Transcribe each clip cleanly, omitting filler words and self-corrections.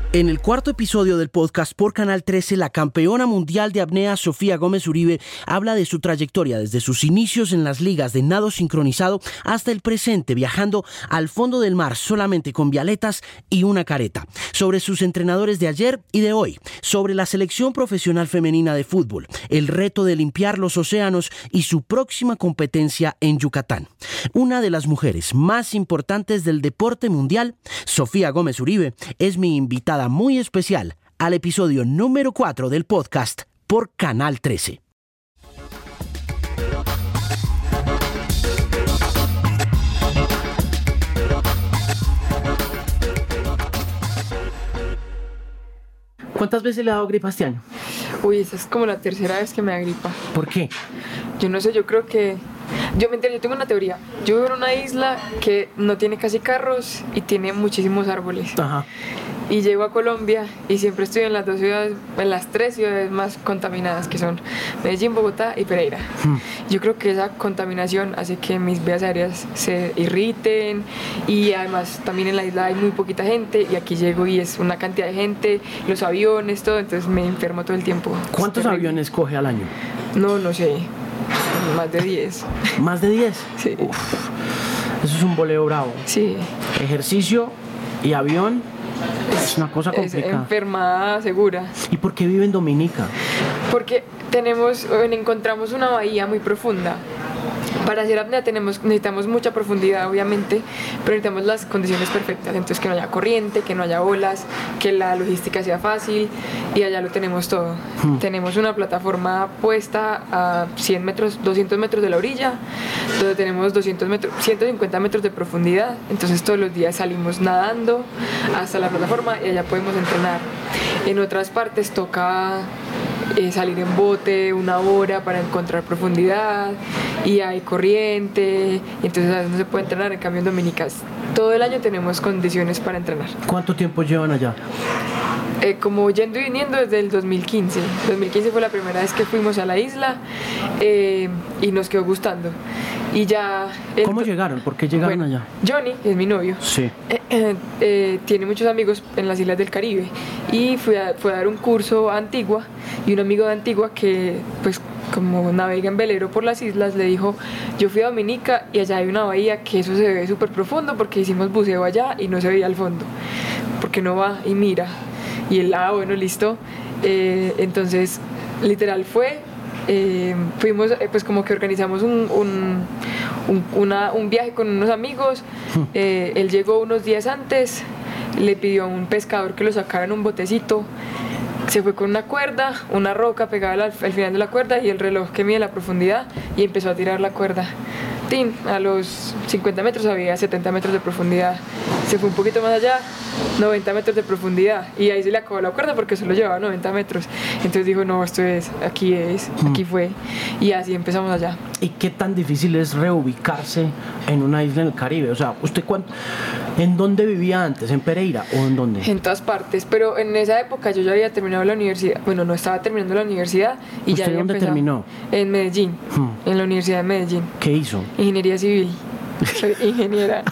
En el cuarto episodio del podcast por Canal 13, la campeona mundial de apnea Sofía Gómez Uribe habla de su trayectoria desde sus inicios en las ligas de nado sincronizado hasta el presente, viajando al fondo del mar solamente con vialetas y una careta, sobre sus entrenadores de ayer y de hoy, sobre la selección profesional femenina de fútbol, el reto de limpiar los océanos y su próxima competencia en Yucatán. Una de las mujeres más importantes del deporte mundial, Sofía Gómez Uribe, es mi invitada muy especial al episodio número 4 del podcast por Canal 13. ¿Cuántas veces le ha dado gripa este año? Uy, esa es como la tercera vez que me da gripa. ¿Por qué? Yo no sé, yo creo que... Yo tengo una teoría. Yo vivo en una isla que no tiene casi carros y tiene muchísimos árboles. Ajá. Y llego a Colombia y siempre estoy en las dos ciudades, en las tres ciudades más contaminadas, que son Medellín, Bogotá y Pereira. Yo creo que esa contaminación hace que mis vías aéreas se irriten, y además también en la isla hay muy poquita gente y aquí llego y es una cantidad de gente, los aviones, todo, entonces me enfermo todo el tiempo. ¿Cuántos aviones coge al año? No sé, más de 10. ¿Más de 10? Sí. Uf, eso es un boleo bravo. Sí. Ejercicio y avión es una cosa complicada. Es enfermada segura. ¿Y por qué vive en Dominica? Porque encontramos una bahía muy profunda. Para hacer apnea necesitamos mucha profundidad, obviamente, pero necesitamos las condiciones perfectas. Entonces, que no haya corriente, que no haya olas, que la logística sea fácil, y allá lo tenemos todo. Tenemos una plataforma puesta a 100 metros, 200 metros de la orilla, donde tenemos 200 metros, 150 metros de profundidad. Entonces, todos los días salimos nadando hasta la plataforma y allá podemos entrenar. En otras partes toca salir en bote 1 hora para encontrar profundidad, y hay corriente, y entonces a veces no se puede entrenar. En cambio en Dominica todo el año tenemos condiciones para entrenar. ¿Cuánto tiempo llevan allá? Como yendo y viniendo desde el 2015. 2015 fue la primera vez que fuimos a la isla, y nos quedó gustando. Y ya... ¿Cómo llegaron? ¿Por qué llegaron allá? Johnny, que es mi novio, sí. Tiene muchos amigos en las islas del Caribe, y fue a dar un curso a Antigua, y un amigo de Antigua que, pues, como navega en velero por las islas, le dijo: yo fui a Dominica y allá hay una bahía que eso se ve súper profundo, porque hicimos buceo allá y no se veía al fondo, porque no va y mira. Y él, bueno, listo. Entonces, literal fuimos, pues como que organizamos un viaje con unos amigos. Él llegó unos días antes, le pidió a un pescador que lo sacara en un botecito. Se fue con una cuerda, una roca pegada al final de la cuerda y el reloj que mide la profundidad, y empezó a tirar la cuerda. A los 50 metros había 70 metros de profundidad. Se fue un poquito más allá, 90 metros de profundidad, y ahí se le acabó la cuerda porque solo llevaba 90 metros. Entonces dijo: no, aquí fue, y así empezamos allá. ¿Y qué tan difícil es reubicarse en una isla en el Caribe? O sea, ¿usted en dónde vivía antes? ¿En Pereira o en dónde? En todas partes, pero en esa época yo ya había terminado la universidad. Bueno, no estaba terminando la universidad y ya había empezado. ¿Dónde terminó? En Medellín, en la Universidad de Medellín. ¿Qué hizo? Ingeniería civil. Soy ingeniera.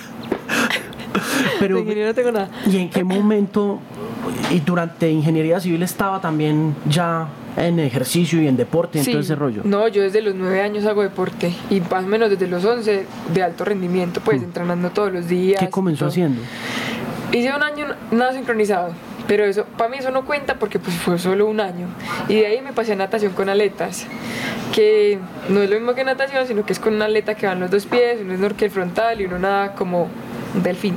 Pero, de ingeniero no tengo nada. ¿Y en qué momento, y durante ingeniería civil, estaba también ya en ejercicio y en deporte y en todo ese rollo? No, yo desde los 9 años hago deporte, y más o menos desde los 11 de alto rendimiento, pues entrenando todos los días. ¿Qué comenzó haciendo? Hice 1 año nado sincronizado, pero eso, para mí eso no cuenta porque pues fue solo 1 año. Y de ahí me pasé a natación con aletas, que no es lo mismo que natación, sino que es con una aleta que van los 2 pies, un snorkel frontal y uno nada como un delfín.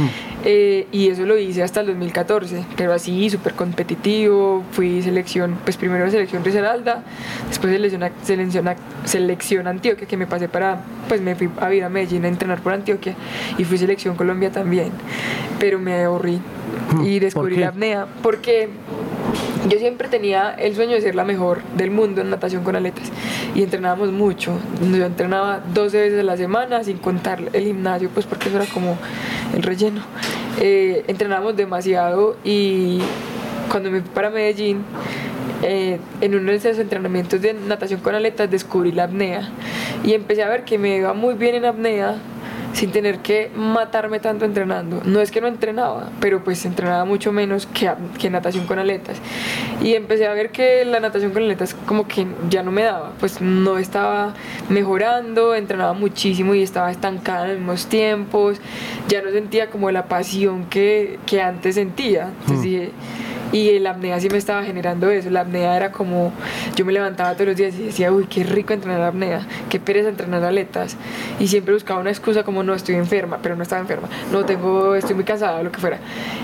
Y eso lo hice hasta el 2014, pero así súper competitivo. Fui selección, pues primero selección Risaralda, después selección Antioquia, que me pasé pues me fui a ir a Medellín a entrenar por Antioquia, y fui selección Colombia también, pero me aburrí y descubrí la apnea, porque yo siempre tenía el sueño de ser la mejor del mundo en natación con aletas, y entrenábamos mucho. Yo entrenaba 12 veces a la semana, sin contar el gimnasio, pues porque eso era como el relleno. Entrenábamos demasiado, y cuando me fui para Medellín, en uno de esos entrenamientos de natación con aletas descubrí la apnea, y empecé a ver que me iba muy bien en apnea, sin tener que matarme tanto entrenando. No es que no entrenaba, pero pues entrenaba mucho menos que natación con aletas. Y empecé a ver que la natación con aletas como que ya no me daba, pues no estaba mejorando, entrenaba muchísimo y estaba estancada en los mismos tiempos, ya no sentía como la pasión que antes sentía. Entonces dije, y la apnea sí me estaba generando eso. La apnea era como, yo me levantaba todos los días y decía, uy, qué rico entrenar apnea, qué pereza entrenar aletas. Y siempre buscaba una excusa como, no, estoy enferma, pero no estaba enferma. No, estoy muy cansada, lo que fuera.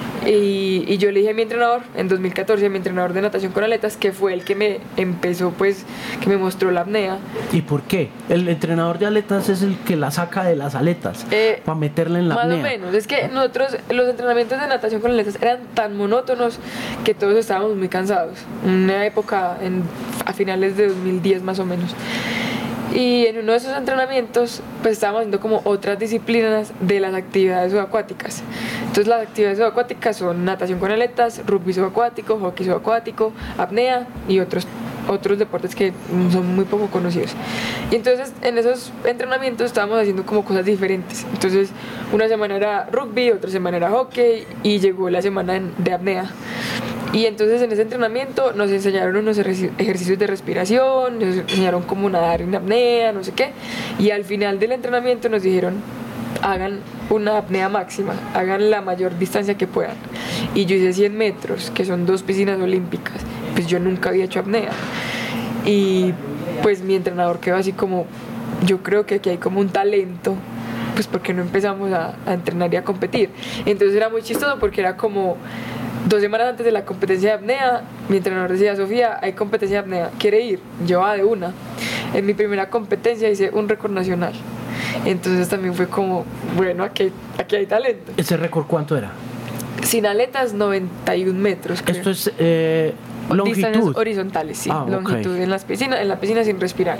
Y yo le dije a mi entrenador, en 2014, a mi entrenador de natación con aletas, que fue el que me empezó, pues, que me mostró la apnea. ¿Y por qué? El entrenador de aletas es el que la saca de las aletas para meterla en la apnea. Más o menos, es que nosotros, los entrenamientos de natación con aletas eran tan monótonos que todos estábamos muy cansados. Una época a finales de 2010 más o menos. Y en uno de esos entrenamientos pues estábamos haciendo como otras disciplinas de las actividades subacuáticas. Entonces las actividades subacuáticas son natación con aletas, rugby subacuático, hockey subacuático, apnea y otros deportes que son muy poco conocidos. Y entonces en esos entrenamientos estábamos haciendo como cosas diferentes. Entonces una semana era rugby, otra semana era hockey y llegó la semana de apnea. Y entonces en ese entrenamiento nos enseñaron unos ejercicios de respiración, nos enseñaron cómo nadar en apnea, no sé qué. Y al final del entrenamiento nos dijeron, hagan una apnea máxima, hagan la mayor distancia que puedan. Y yo hice 100 metros, que son 2 piscinas olímpicas. Pues yo nunca había hecho apnea. Y pues mi entrenador quedó así como, yo creo que aquí hay como un talento, pues porque no empezamos a entrenar y a competir. Entonces era muy chistoso porque era como 2 semanas antes de la competencia de apnea, mi entrenador decía, Sofía, hay competencia de apnea, ¿quiere ir? Yo de una. En mi primera competencia hice un récord nacional. Entonces también fue como, bueno, aquí hay talento. ¿Ese récord cuánto era? Sin aletas, 91 metros, creo. Esto es longitud. Distancias horizontales, sí, longitud, okay. En la piscina sin respirar.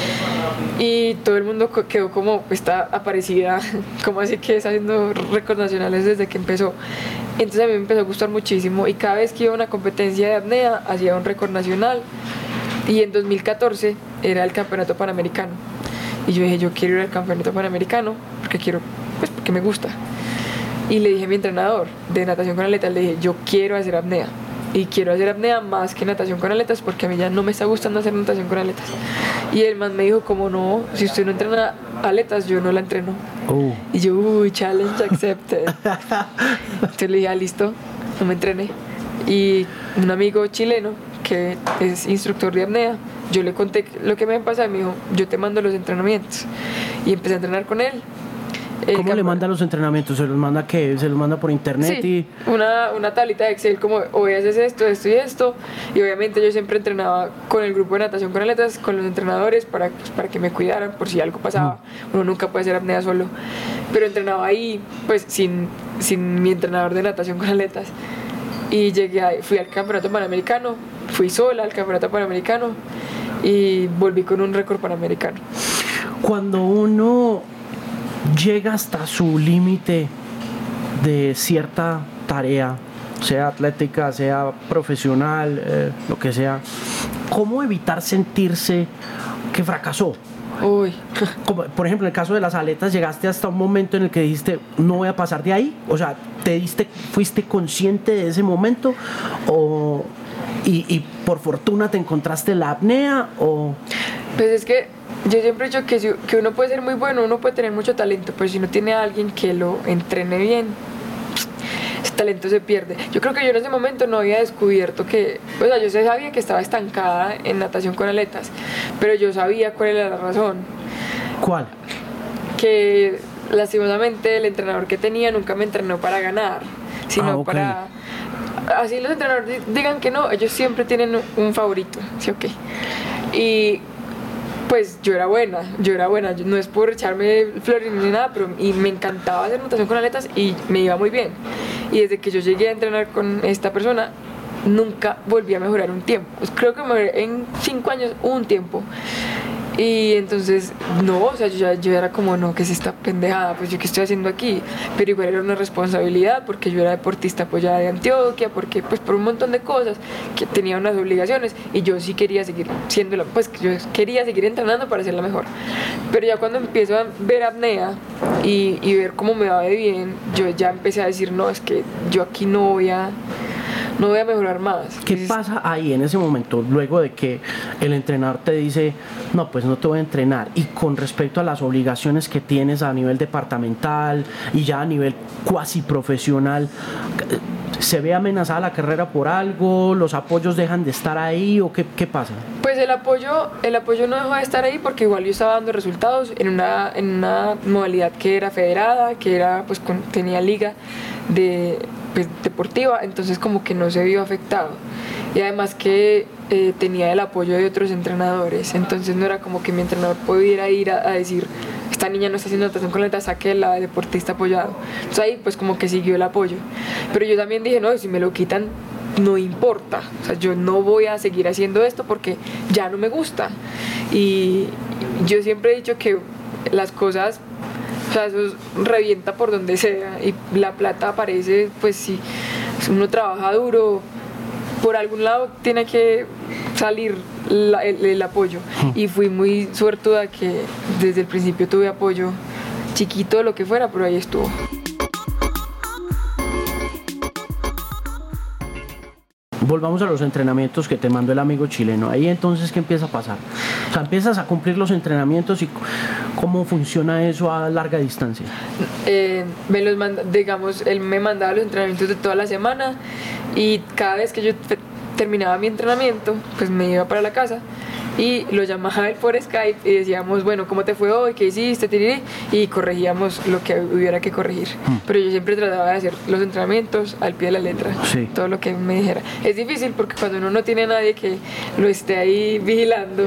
Y todo el mundo quedó como, está aparecida, como así que está haciendo récords nacionales desde que empezó. Entonces a mí me empezó a gustar muchísimo y cada vez que iba a una competencia de apnea hacía un récord nacional. Y en 2014 era el campeonato panamericano. Y yo dije, yo quiero ir al campeonato panamericano porque me gusta. Y le dije a mi entrenador de natación con aletas, le dije, yo quiero hacer apnea. Y quiero hacer apnea más que natación con aletas porque a mí ya no me está gustando hacer natación con aletas. Y el man me dijo, como no, si usted no entrena aletas, yo no la entreno. Y yo, uy, challenge accepted. Entonces le dije, listo, no me entrené. Y un amigo chileno que es instructor de apnea, yo le conté lo que me pasa y me dijo, yo te mando los entrenamientos. Y empecé a entrenar con él. ¿Cómo le manda los entrenamientos? ¿Se los manda qué? ¿Se los manda por internet? Sí, una tablita de Excel como hoy haces esto y esto. Y obviamente yo siempre entrenaba con el grupo de natación con aletas, con los entrenadores para que me cuidaran por si algo pasaba. Uno nunca puede hacer apnea solo. Pero entrenaba ahí pues sin mi entrenador de natación con aletas. Y fui al campeonato panamericano, fui sola al campeonato panamericano y volví con un récord panamericano. Cuando uno llega hasta su límite de cierta tarea, sea atlética, sea profesional, lo que sea, ¿cómo evitar sentirse que fracasó? Uy. Como, por ejemplo, en el caso de las aletas, llegaste hasta un momento en el que dijiste, no voy a pasar de ahí, o sea, fuiste consciente de ese momento y por fortuna te encontraste la apnea o... Pues es que yo siempre he dicho que uno puede ser muy bueno, uno puede tener mucho talento, pero si no tiene a alguien que lo entrene bien, ese talento se pierde. Yo creo que yo en ese momento no había descubierto yo sabía que estaba estancada en natación con aletas, pero yo sabía cuál era la razón. ¿Cuál? Que lastimosamente el entrenador que tenía nunca me entrenó para ganar, sino para... Así los entrenadores digan que no, ellos siempre tienen un favorito, ¿sí o qué? Y pues yo era buena, no es por echarme flores ni nada, pero me encantaba hacer natación con aletas y me iba muy bien. Y desde que yo llegué a entrenar con esta persona, nunca volví a mejorar un tiempo. Creo que mejoré en 5 años un tiempo. Y entonces, no, o sea, yo era como, no, ¿qué es esta pendejada? Pues yo qué estoy haciendo aquí, pero igual era una responsabilidad porque yo era deportista apoyada de Antioquia, porque pues por un montón de cosas, que tenía unas obligaciones y yo sí quería seguir siendo, pues yo quería seguir entrenando para ser la mejor. Pero ya cuando empiezo a ver apnea y ver cómo me va de bien, yo ya empecé a decir, no, es que yo aquí no voy a mejorar más. ¿Qué pasa ahí en ese momento, luego de que el entrenador te dice, no, pues no te voy a entrenar? Y con respecto a las obligaciones que tienes a nivel departamental y ya a nivel cuasi profesional, ¿se ve amenazada la carrera por algo? ¿Los apoyos dejan de estar ahí o qué pasa? Pues el apoyo no dejó de estar ahí porque igual yo estaba dando resultados en una modalidad que era federada, que era pues tenía liga pues, deportiva, entonces como que no se vio afectado. Y además que tenía el apoyo de otros entrenadores, entonces no era como que mi entrenador pudiera ir a decir, esta niña no está haciendo natación con la saque la deportista apoyado. Entonces ahí pues como que siguió el apoyo. Pero yo también dije, no, si me lo quitan no importa, o sea, yo no voy a seguir haciendo esto porque ya no me gusta. Y yo siempre he dicho que las cosas, o sea, eso revienta por donde sea y la plata aparece, pues si uno trabaja duro, por algún lado tiene que salir el apoyo. Y fui muy suertuda que desde el principio tuve apoyo, chiquito lo que fuera, pero ahí estuvo. Volvamos a los entrenamientos que te mandó el amigo chileno. Ahí entonces, ¿qué empieza a pasar? O sea, empiezas a cumplir los entrenamientos y ¿cómo funciona eso a larga distancia? Digamos, él me mandaba los entrenamientos de toda la semana y cada vez que yo terminaba mi entrenamiento, pues me iba para la casa y lo llamaba él por Skype y decíamos, bueno, ¿cómo te fue hoy? ¿Qué hiciste? Y corregíamos lo que hubiera que corregir. Pero yo siempre trataba de hacer los entrenamientos al pie de la letra, sí, todo lo que me dijera. Es difícil porque cuando uno no tiene a nadie que lo esté ahí vigilando,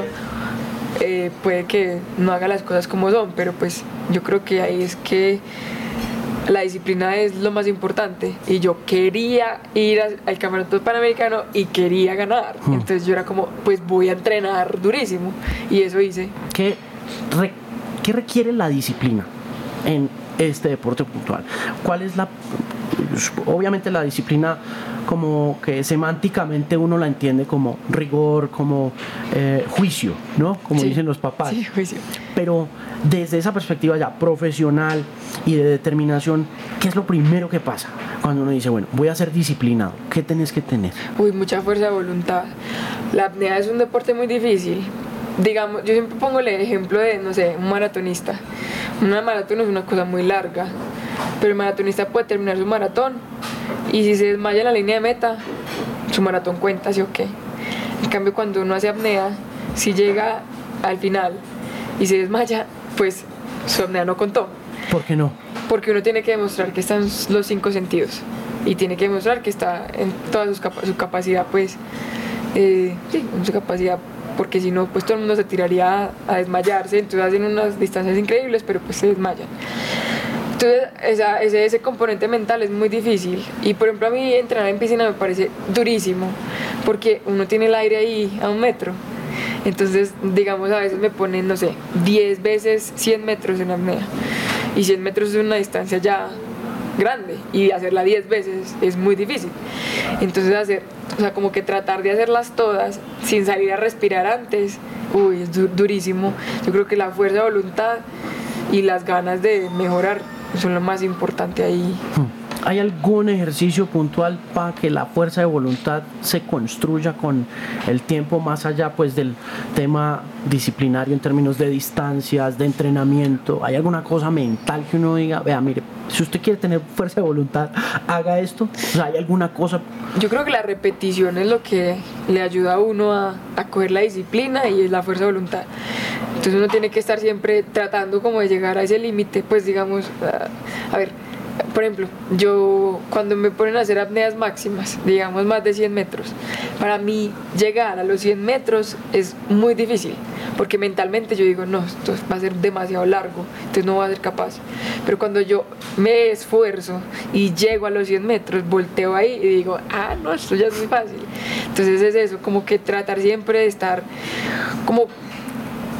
puede que no haga las cosas como son, pero pues yo creo que ahí es que la disciplina es lo más importante y yo quería ir al campeonato panamericano y quería ganar, entonces yo era como, pues voy a entrenar durísimo y eso hice. ¿Qué requiere la disciplina en este deporte puntual? ¿Cuál es obviamente la disciplina como que semánticamente uno la entiende como rigor, como juicio, ¿no? Como sí, dicen los papás. Sí, juicio. Pero desde esa perspectiva ya profesional y de determinación, ¿qué es lo primero que pasa cuando uno dice, bueno, voy a ser disciplinado? ¿Qué tenés que tener? Mucha fuerza de voluntad. La apnea es un deporte muy difícil. Digamos, yo siempre pongo el ejemplo de, no sé, un maratonista. Una maratón es una cosa muy larga, pero el maratonista puede terminar su maratón y si se desmaya en la línea de meta, su maratón cuenta, ¿sí o qué? En cambio, cuando uno hace apnea, si llega al final y se desmaya, pues su apnea no contó. ¿Por qué no? Porque uno tiene que demostrar que están los 5 sentidos y tiene que demostrar que está en toda su capacidad, pues, sí, en su capacidad, porque si no, pues todo el mundo se tiraría a desmayarse, entonces hacen unas distancias increíbles, pero pues se desmayan. Entonces ese componente mental es muy difícil y por ejemplo a mí entrenar en piscina me parece durísimo porque uno tiene el aire ahí a 1 metro, entonces digamos a veces me ponen, no sé, 10 veces 100 metros en apnea y 100 metros es una distancia ya grande y hacerla 10 veces es muy difícil, entonces o sea, como que tratar de hacerlas todas sin salir a respirar antes, es durísimo. Yo creo que la fuerza de voluntad y las ganas de mejorar son lo más importante ahí. ¿Hay algún ejercicio puntual para que la fuerza de voluntad se construya con el tiempo, más allá pues del tema disciplinario en términos de distancias, de entrenamiento? ¿Hay alguna cosa mental que uno diga, vea, mire, si usted quiere tener fuerza de voluntad, haga esto? O sea, ¿hay alguna cosa? Yo creo que la repetición es lo que le ayuda a uno a coger la disciplina y es la fuerza de voluntad. Entonces uno tiene que estar siempre tratando como de llegar a ese límite, pues digamos, a ver, por ejemplo, yo cuando me ponen a hacer apneas máximas, digamos más de 100 metros, para mí llegar a los 100 metros es muy difícil, porque mentalmente yo digo, no, esto va a ser demasiado largo, entonces no voy a ser capaz. Pero cuando yo me esfuerzo y llego a los 100 metros, volteo ahí y digo, no, esto ya es muy fácil. Entonces es eso, como que tratar siempre de estar como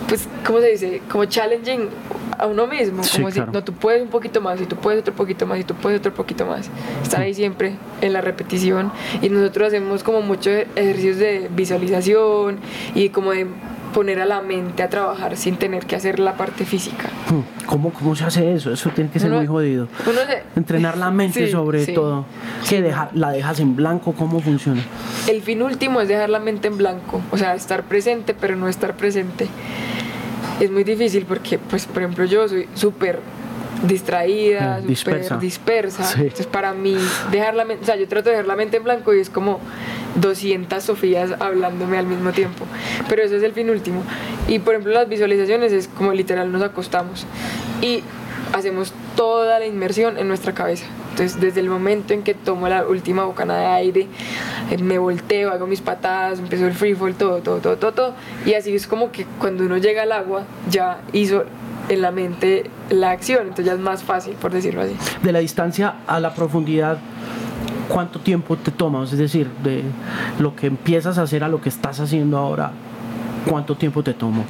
pues, ¿cómo se dice? Como challenging a uno mismo, Sí, como claro. decir, no, tú puedes un poquito más, y tú puedes otro poquito más, y tú puedes otro poquito más. Estar ahí siempre en la repetición, y nosotros hacemos como muchos ejercicios de visualización y como de poner a la mente a trabajar sin tener que hacer la parte física. ¿Cómo se hace eso? Eso tiene que ser muy jodido. Entrenar la mente Sí, sobre sí. todo. ¿La dejas en blanco? ¿Cómo funciona? El fin último es dejar la mente en blanco, o sea, estar presente pero no estar presente. Es muy difícil porque, pues, por ejemplo, yo soy súper distraída, súper dispersa. Sí. Entonces, para mí, dejar la mente, o sea, yo trato de dejar la mente en blanco y es como 200 Sofías hablándome al mismo tiempo. Pero eso es el fin último. Y, por ejemplo, las visualizaciones es como literal nos acostamos y hacemos toda la inmersión en nuestra cabeza. Entonces, desde el momento en que tomo la última bocanada de aire, me volteo, hago mis patadas, empiezo el free fall, todo. Y así es como que cuando uno llega al agua, ya hizo en la mente la acción, entonces ya es más fácil, por decirlo así. De la distancia a la profundidad, ¿cuánto tiempo te toma? Es decir, de lo que empiezas a hacer a lo que estás haciendo ahora, ¿cuánto tiempo te tomó?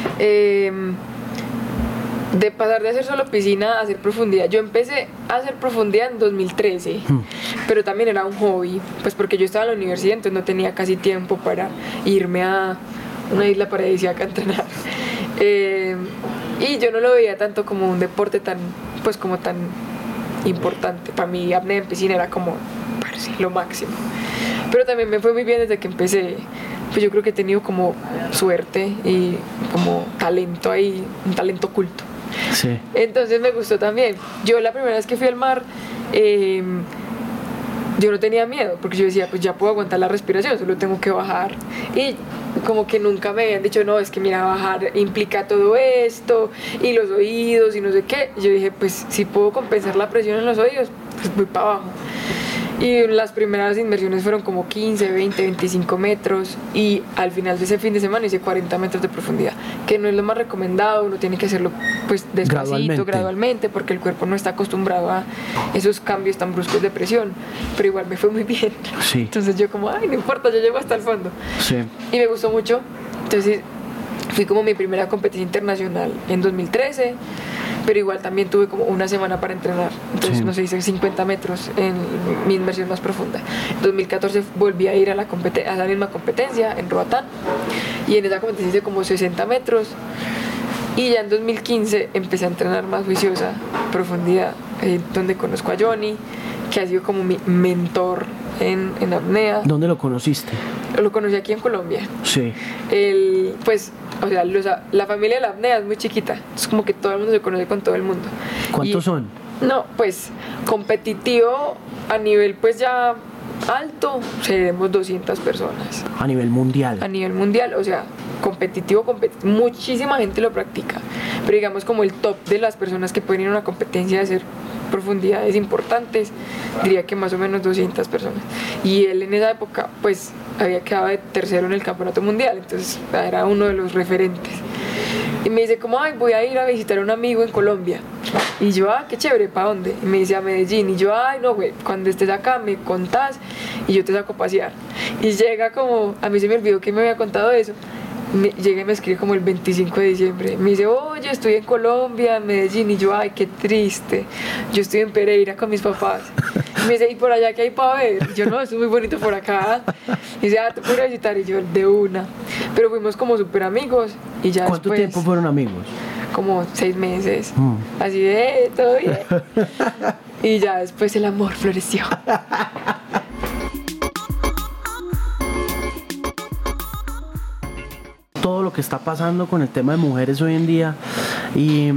De pasar de hacer solo piscina a hacer profundidad. Yo empecé a hacer profundidad en 2013, pero también era un hobby, pues porque yo estaba en la universidad, entonces no tenía casi tiempo para irme a una isla paradisíaca a entrenar. Y yo no lo veía tanto como un deporte tan importante. Para mí apnea en piscina era como, parce, lo máximo. Pero también me fue muy bien desde que empecé. Pues yo creo que he tenido como suerte y como talento ahí, un talento oculto. Sí. Entonces me gustó también. Yo la primera vez que fui al mar, yo no tenía miedo, porque yo decía, pues ya puedo aguantar la respiración, solo tengo que bajar. Y como que nunca me habían dicho, no, es que mira, bajar implica todo esto, y los oídos, y no sé qué. Y yo dije, pues si puedo compensar la presión en los oídos, pues voy para abajo. Y las primeras inmersiones fueron como 15, 20, 25 metros y al final de ese fin de semana hice 40 metros de profundidad, que no es lo más recomendado, uno tiene que hacerlo pues despacito, gradualmente, porque el cuerpo no está acostumbrado a esos cambios tan bruscos de presión, pero igual me fue muy bien. Sí. Entonces yo como, ay, no importa, yo llego hasta el fondo. Sí. Y me gustó mucho, entonces fui como mi primera competencia internacional en 2013, pero igual también tuve como una semana para entrenar, entonces Sí. no sé, hice 50 metros en mi inmersión más profunda. En 2014 volví a ir a la misma competencia en Roatán y en esa competencia hice como 60 metros y ya en 2015 empecé a entrenar más juiciosa, profundidad, donde conozco a Johnny, que ha sido como mi mentor en apnea. ¿Dónde lo conociste? Lo conocí aquí en Colombia. Sí. Pues, o sea, la familia de la apnea es muy chiquita. Es como que todo el mundo se conoce con todo el mundo. ¿Cuántos son? No, pues, competitivo a nivel, pues ya alto, seremos 200 personas. A nivel mundial. A nivel mundial, o sea, competitivo, muchísima gente lo practica. Pero digamos como el top de las personas que pueden ir a una competencia de hacer profundidades importantes, diría que más o menos 200 personas. Y él en esa época, pues, había quedado de tercero en el campeonato mundial, entonces era uno de los referentes. Y me dice como, ay, voy a ir a visitar a un amigo en Colombia. Y yo, qué chévere, ¿para dónde? Y me dice, a Medellín. Y yo, ay, no, güey, cuando estés acá me contás y yo te saco a pasear. Y llega como, a mí se me olvidó que me había contado eso. Llega y me escribe como el 25 de diciembre. Me dice, oye, estoy en Colombia, en Medellín. Y yo, ay, qué triste. Yo estoy en Pereira con mis papás. Y me dice, ¿y por allá qué hay para ver? Y yo, no, esto es muy bonito por acá. Y dice, te puedo ir a visitar. Y yo, de una. Pero fuimos como súper amigos. Y ya ¿Cuánto después, tiempo fueron amigos? Como 6 meses. Así de, todo bien. Y ya después el amor floreció. Todo lo que está pasando con el tema de mujeres hoy en día y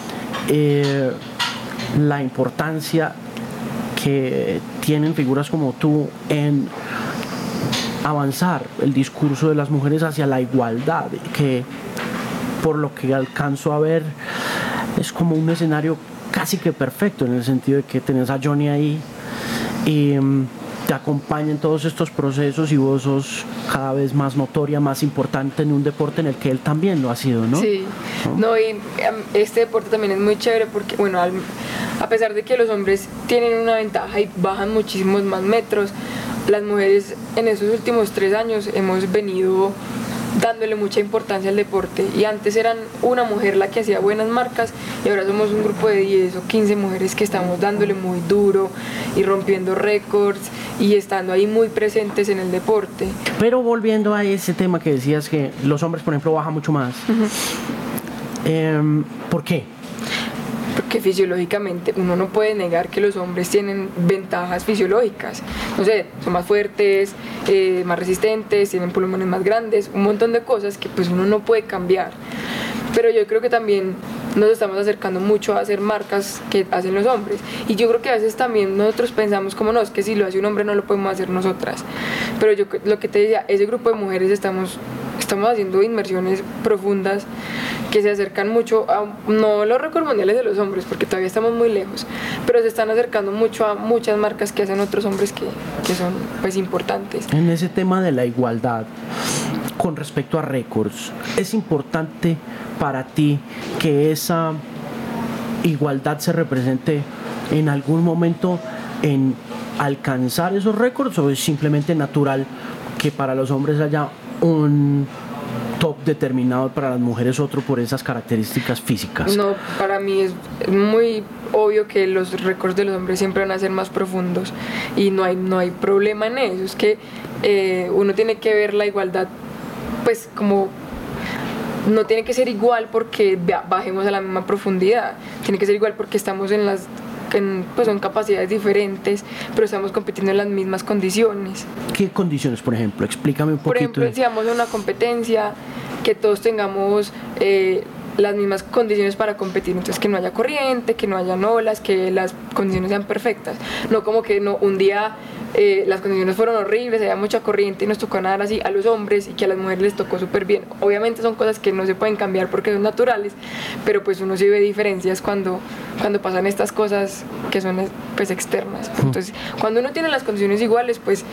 la importancia que tienen figuras como tú en avanzar el discurso de las mujeres hacia la igualdad, que por lo que alcanzo a ver es como un escenario casi que perfecto, en el sentido de que tenés a Johnny ahí y te acompaña en todos estos procesos y vos sos cada vez más notoria, más importante en un deporte en el que él también lo ha sido, ¿no? Sí, no, y este deporte también es muy chévere porque, bueno, a pesar de que los hombres tienen una ventaja y bajan muchísimos más metros, las mujeres en esos últimos 3 años hemos venido dándole mucha importancia al deporte, y antes eran una mujer la que hacía buenas marcas y ahora somos un grupo de 10 o 15 mujeres que estamos dándole muy duro y rompiendo récords y estando ahí muy presentes en el deporte. Pero volviendo a ese tema que decías que los hombres, por ejemplo, bajan mucho más. ¿Por qué? Porque fisiológicamente uno no puede negar que los hombres tienen ventajas fisiológicas. No sé, son más fuertes, más resistentes, tienen pulmones más grandes, un montón de cosas que pues uno no puede cambiar. Pero yo creo que también nos estamos acercando mucho a hacer marcas que hacen los hombres. Y yo creo que a veces también nosotros pensamos como no, es que si lo hace un hombre no lo podemos hacer nosotras. Pero yo lo que te decía, ese grupo de mujeres estamos haciendo inmersiones profundas que se acercan mucho a, no los récords mundiales de los hombres, porque todavía estamos muy lejos, pero se están acercando mucho a muchas marcas que hacen otros hombres que son pues importantes. En ese tema de la igualdad, con respecto a récords, ¿es importante para ti que esa igualdad se represente en algún momento en alcanzar esos récords, o es simplemente natural que para los hombres haya un top determinado, para las mujeres otro por esas características físicas? No, para mí es muy obvio que los récords de los hombres siempre van a ser más profundos y no hay problema en eso. Es que uno tiene que ver la igualdad pues como no tiene que ser igual porque bajemos a la misma profundidad, tiene que ser igual porque estamos pues son capacidades diferentes, pero estamos compitiendo en las mismas condiciones. ¿Qué condiciones, por ejemplo? Explícame un poquito. Por ejemplo, si vamos a una competencia, que todos tengamos las mismas condiciones para competir, entonces que no haya corriente, que no haya olas, que las condiciones sean perfectas, no como que no, un día las condiciones fueron horribles, había mucha corriente y nos tocó nadar así a los hombres y que a las mujeres les tocó súper bien. Obviamente son cosas que no se pueden cambiar porque son naturales, pero pues uno sí ve diferencias cuando pasan estas cosas que son pues externas. Entonces cuando uno tiene las condiciones iguales pues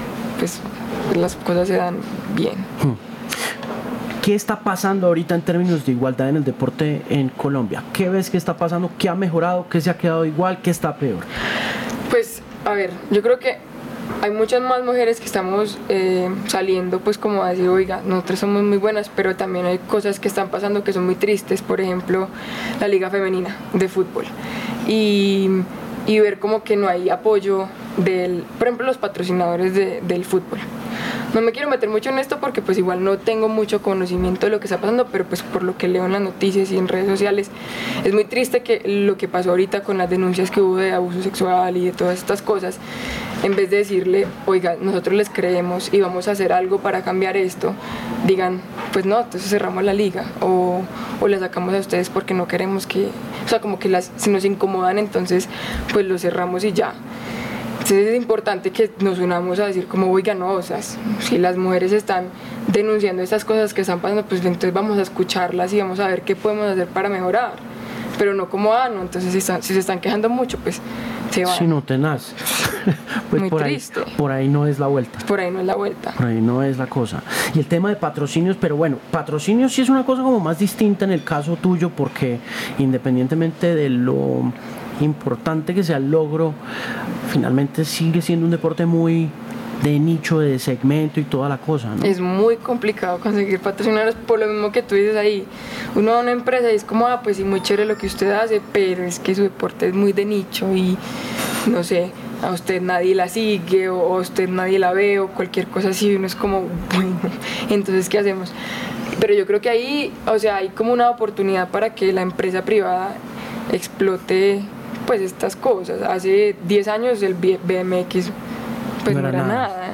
las cosas se dan bien. ¿Qué está pasando ahorita en términos de igualdad en el deporte en Colombia? ¿Qué ves que está pasando? ¿Qué ha mejorado? ¿Qué se ha quedado igual? ¿Qué está peor? Pues a ver, yo creo que hay muchas más mujeres que estamos saliendo pues como a decir, oiga, nosotros somos muy buenas, pero también hay cosas que están pasando que son muy tristes. Por ejemplo, la liga femenina de fútbol y ver como que no hay apoyo por ejemplo, los patrocinadores del fútbol. No me quiero meter mucho en esto porque pues igual no tengo mucho conocimiento de lo que está pasando, pero pues por lo que leo en las noticias y en redes sociales es muy triste que lo que pasó ahorita con las denuncias que hubo de abuso sexual y de todas estas cosas, en vez de decirle, oiga, nosotros les creemos y vamos a hacer algo para cambiar esto, digan, pues no, entonces cerramos la liga o la sacamos a ustedes porque no queremos que, o sea, como que si nos incomodan, entonces pues lo cerramos y ya. Entonces es importante que nos unamos a decir como, oiga, no, o sea, si las mujeres están denunciando estas cosas que están pasando, pues entonces vamos a escucharlas y vamos a ver qué podemos hacer para mejorar. Pero no como, no, entonces si se están quejando mucho, pues se van. Si no, tenaz. Pues muy triste. Por ahí no es la vuelta. Por ahí no es la vuelta. Por ahí no es la cosa. Y el tema de patrocinios, pero bueno, patrocinios sí es una cosa como más distinta en el caso tuyo, porque independientemente de lo importante que sea el logro, finalmente sigue siendo un deporte muy de nicho, de segmento y toda la cosa, ¿no? Es muy complicado conseguir patrocinadores, por lo mismo que tú dices ahí. Uno va a una empresa y es como, pues sí, muy chévere lo que usted hace, pero es que su deporte es muy de nicho y no sé, a usted nadie la sigue o a usted nadie la ve o cualquier cosa así, uno es como, bueno, entonces ¿qué hacemos? Pero yo creo que ahí, o sea, hay como una oportunidad para que la empresa privada explote pues estas cosas. Hace 10 años el BMX pues no era nada.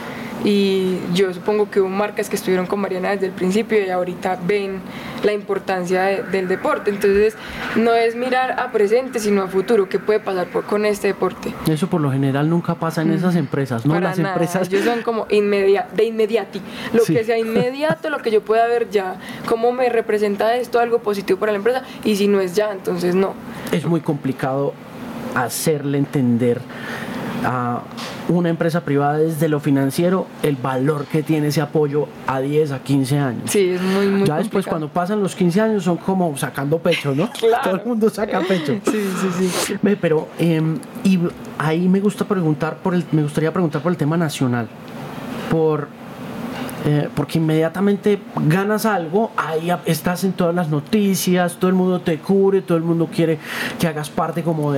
Y yo supongo que hubo marcas que estuvieron con Mariana desde el principio y ahorita ven la importancia del deporte. Entonces no es mirar a presente sino a futuro, qué puede pasar con este deporte. Eso por lo general nunca pasa en esas empresas, ¿no? Para las nada. Empresas Ellos son como de inmediati, lo sí. Que sea inmediato, lo que yo pueda ver ya, cómo me representa esto, algo positivo para la empresa, y si no es ya, entonces no. Es muy complicado hacerle entender a una empresa privada desde lo financiero el valor que tiene ese apoyo a 10, a 15 años. Sí, es muy ya complicado. después cuando pasan los 15 años son como sacando pecho, ¿no? Claro. Todo el mundo saca pecho. Sí. Pero y ahí me gustaría preguntar por el tema nacional, por porque inmediatamente ganas algo, ahí estás en todas las noticias, todo el mundo te cubre, todo el mundo quiere que hagas parte como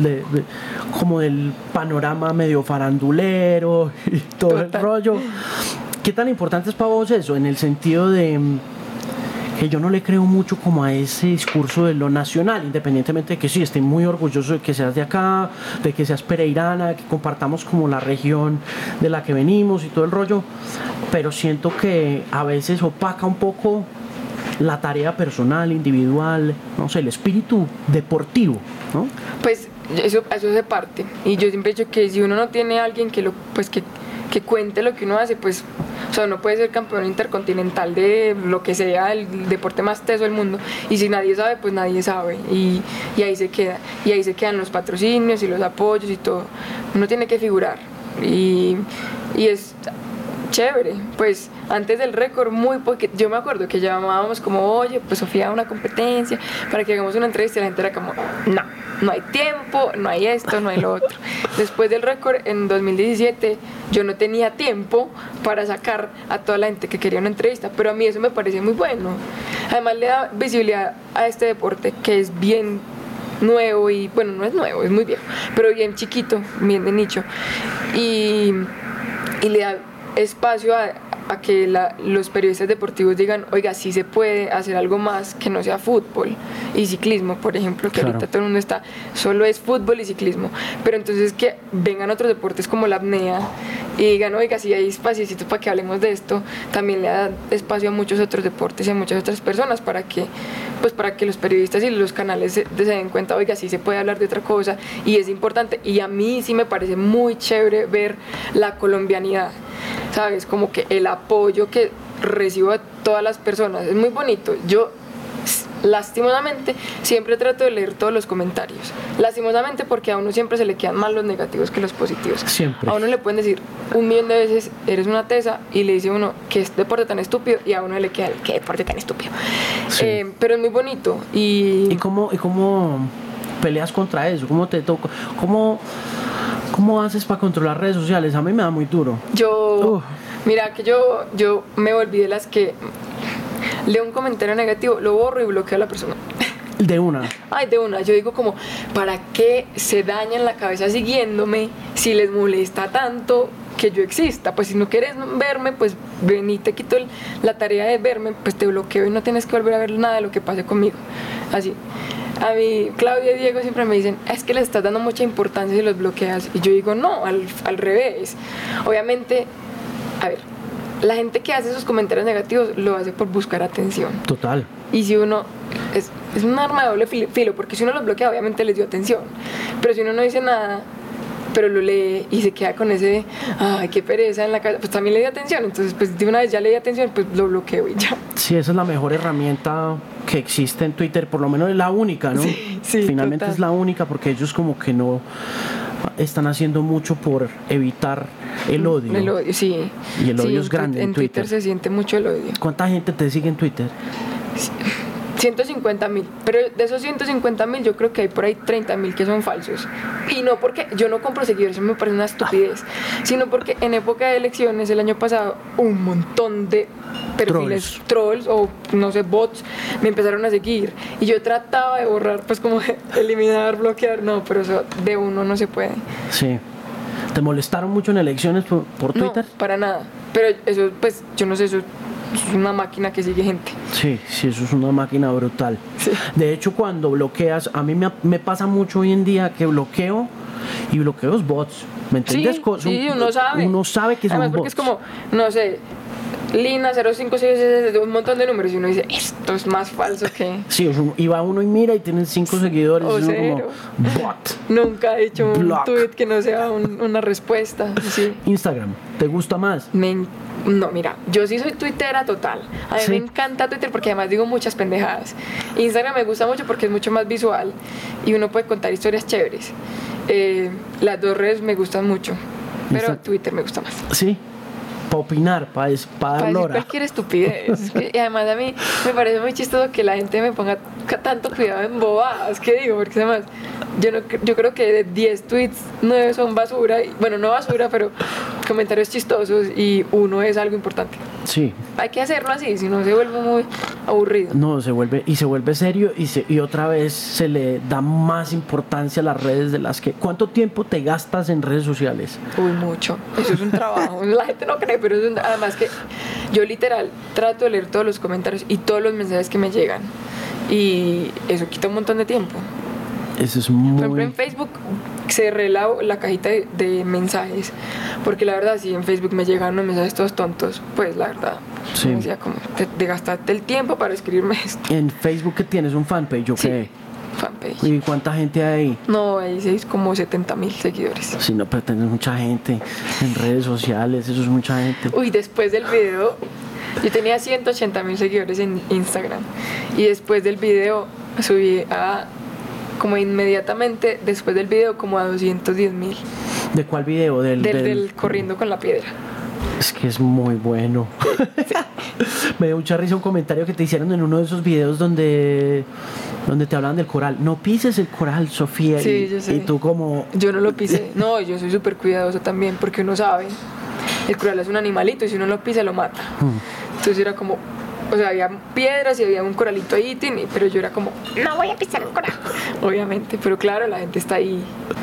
como del panorama medio farandulero y todo Total. El rollo. ¿Qué tan importante es para vos eso? En el sentido de que yo no le creo mucho como a ese discurso de lo nacional, independientemente de que sí, estoy muy orgulloso de que seas de acá, de que seas pereirana, que compartamos como la región de la que venimos y todo el rollo, pero siento que a veces opaca un poco la tarea personal, individual, no sé, el espíritu deportivo, ¿no? Pues eso hace parte, y yo siempre he dicho que si uno no tiene a alguien que cuente lo que uno hace, pues, o sea, uno puede ser campeón intercontinental de lo que sea, el deporte más teso del mundo, y si nadie sabe, pues nadie sabe, y ahí se queda, y ahí se quedan los patrocinios y los apoyos y todo. Uno tiene que figurar, y es chévere. Pues antes del récord, yo me acuerdo que llamábamos como, oye, pues Sofía, una competencia para que hagamos una entrevista, y la gente era como, no hay tiempo, no hay esto, no hay lo otro. Después del récord, en 2017, yo no tenía tiempo para sacar a toda la gente que quería una entrevista, pero a mí eso me parece muy bueno. Además le da visibilidad a este deporte que es bien nuevo, y bueno, no es nuevo, es muy viejo, pero bien chiquito, bien de nicho, y le da espacio a que los periodistas deportivos digan, oiga, sí se puede hacer algo más que no sea fútbol y ciclismo, por ejemplo, que claro. Ahorita todo el mundo solo es fútbol y ciclismo, pero entonces que vengan otros deportes como la apnea y digan, oiga, si hay espacio para que hablemos de esto, también le da espacio a muchos otros deportes y a muchas otras personas para que los periodistas y los canales se den cuenta, oiga, sí se puede hablar de otra cosa y es importante. Y a mí sí me parece muy chévere ver la colombianidad, ¿sabes? Como que el apoyo que recibo de todas las personas es muy bonito. Yo lastimosamente siempre trato de leer todos los comentarios, lastimosamente, porque a uno siempre se le quedan más los negativos que los positivos. Siempre. A uno le pueden decir 1.000.000 de veces eres una tesa, y le dice uno qué deporte tan estúpido, y a uno le queda qué deporte tan estúpido. Sí. Pero es muy bonito. ¿Y cómo peleas contra eso? ¿Cómo te toca? ¿Cómo haces para controlar redes sociales? A mí me da muy duro. Mira que yo me volví de las que leo un comentario negativo, lo borro y bloqueo a la persona. De una. De una. Yo digo como, ¿para qué se dañan la cabeza siguiéndome si les molesta tanto que yo exista? Pues si no quieres verme, pues ven y te quito la tarea de verme, pues te bloqueo y no tienes que volver a ver nada de lo que pase conmigo. Así. A mí, Claudia y Diego siempre me dicen, es que le estás dando mucha importancia y los bloqueas. Y yo digo, no, al revés. Obviamente, a ver, la gente que hace esos comentarios negativos lo hace por buscar atención. Total. Y si uno, es un arma de doble filo, porque si uno los bloquea, obviamente les dio atención. Pero si uno no dice nada, pero lo lee y se queda con ese, ay, qué pereza en la casa, pues también le dio atención. Entonces, pues de una vez ya le di atención, pues lo bloqueo y ya. Sí, esa es la mejor herramienta que existe en Twitter, por lo menos es la única, ¿no? Sí, finalmente total. Es la única, porque ellos como que no están haciendo mucho por evitar el odio. El odio, sí. Y el odio es grande en Twitter. En Twitter se siente mucho el odio. ¿Cuánta gente te sigue en Twitter? 150.000, pero de esos 150.000 yo creo que hay por ahí 30.000 que son falsos, y no porque yo no compro seguidores, eso me parece una estupidez, sino porque en época de elecciones el año pasado un montón de perfiles trolls o no sé, bots me empezaron a seguir y yo trataba de borrar, pues como eliminar, bloquear, no, pero eso de uno no se puede. Sí. ¿Te molestaron mucho en elecciones por Twitter? No, para nada, pero eso, pues yo no sé, eso es una máquina que sigue gente. Sí, eso es una máquina brutal. Sí. De hecho, cuando bloqueas, a mí me pasa mucho hoy en día que bloqueo bots. ¿Me entiendes? Sí, uno sabe. Uno sabe que son bots. Además, porque es como, no sé, Lina 0566, un montón de números, y uno dice, esto es más falso que... Sí, y va uno y mira y tienen 5 seguidores. O y cero. Como, bot. Nunca he hecho un tweet que no sea una respuesta. Sí. Instagram, ¿te gusta más? No, mira, yo sí soy tuitera total. A mí me encanta Twitter porque además digo muchas pendejadas. Instagram me gusta mucho porque es mucho más visual y uno puede contar historias chéveres. Las dos redes me gustan mucho, pero Twitter me gusta más. Sí, para opinar, para dar lora. Cualquier estupidez. Y además a mí me parece muy chistoso que la gente me ponga tanto cuidado en bobadas, que digo, porque además yo creo que de 10 tweets 9 son basura, bueno, no basura, pero comentarios chistosos, y uno es algo importante. Sí. Hay que hacerlo así, si no se vuelve muy aburrido. No, se vuelve serio y otra vez se le da más importancia a las redes de las que... ¿Cuánto tiempo te gastas en redes sociales? Uy, mucho. Eso es un trabajo. La gente no cree, pero además que yo literal trato de leer todos los comentarios y todos los mensajes que me llegan. Y eso quita un montón de tiempo. Eso es muy... Por ejemplo, en Facebook cerré la cajita de mensajes, porque la verdad, si en Facebook me llegan unos mensajes todos tontos, pues la verdad, sí. Me decía como, de gastarte el tiempo para escribirme esto. ¿En Facebook que tienes un fanpage o qué? Sí, fanpage. ¿Y cuánta gente hay ahí? No, ahí sí es como 70,000 seguidores. Sí, no, pero tienes mucha gente en redes sociales, eso es mucha gente. Uy, después del video, yo tenía 180,000 seguidores en Instagram, y después del video subí como inmediatamente después del video como a 210,000. ¿De cuál video? Del corriendo con la piedra. Es que es muy bueno. Sí. Me dio mucha risa un comentario que te hicieron en uno de esos videos donde te hablaban del coral. No pises el coral, Sofía. Sí, yo sé. Y tú como... Yo no lo pisé. No, yo soy súper cuidadosa también porque uno sabe. El coral es un animalito y si uno lo pisa lo mata. Entonces era como... O sea, había piedras y había un coralito ahí, pero yo era como, no voy a pisar el coral. Obviamente, pero claro, la gente está ahí.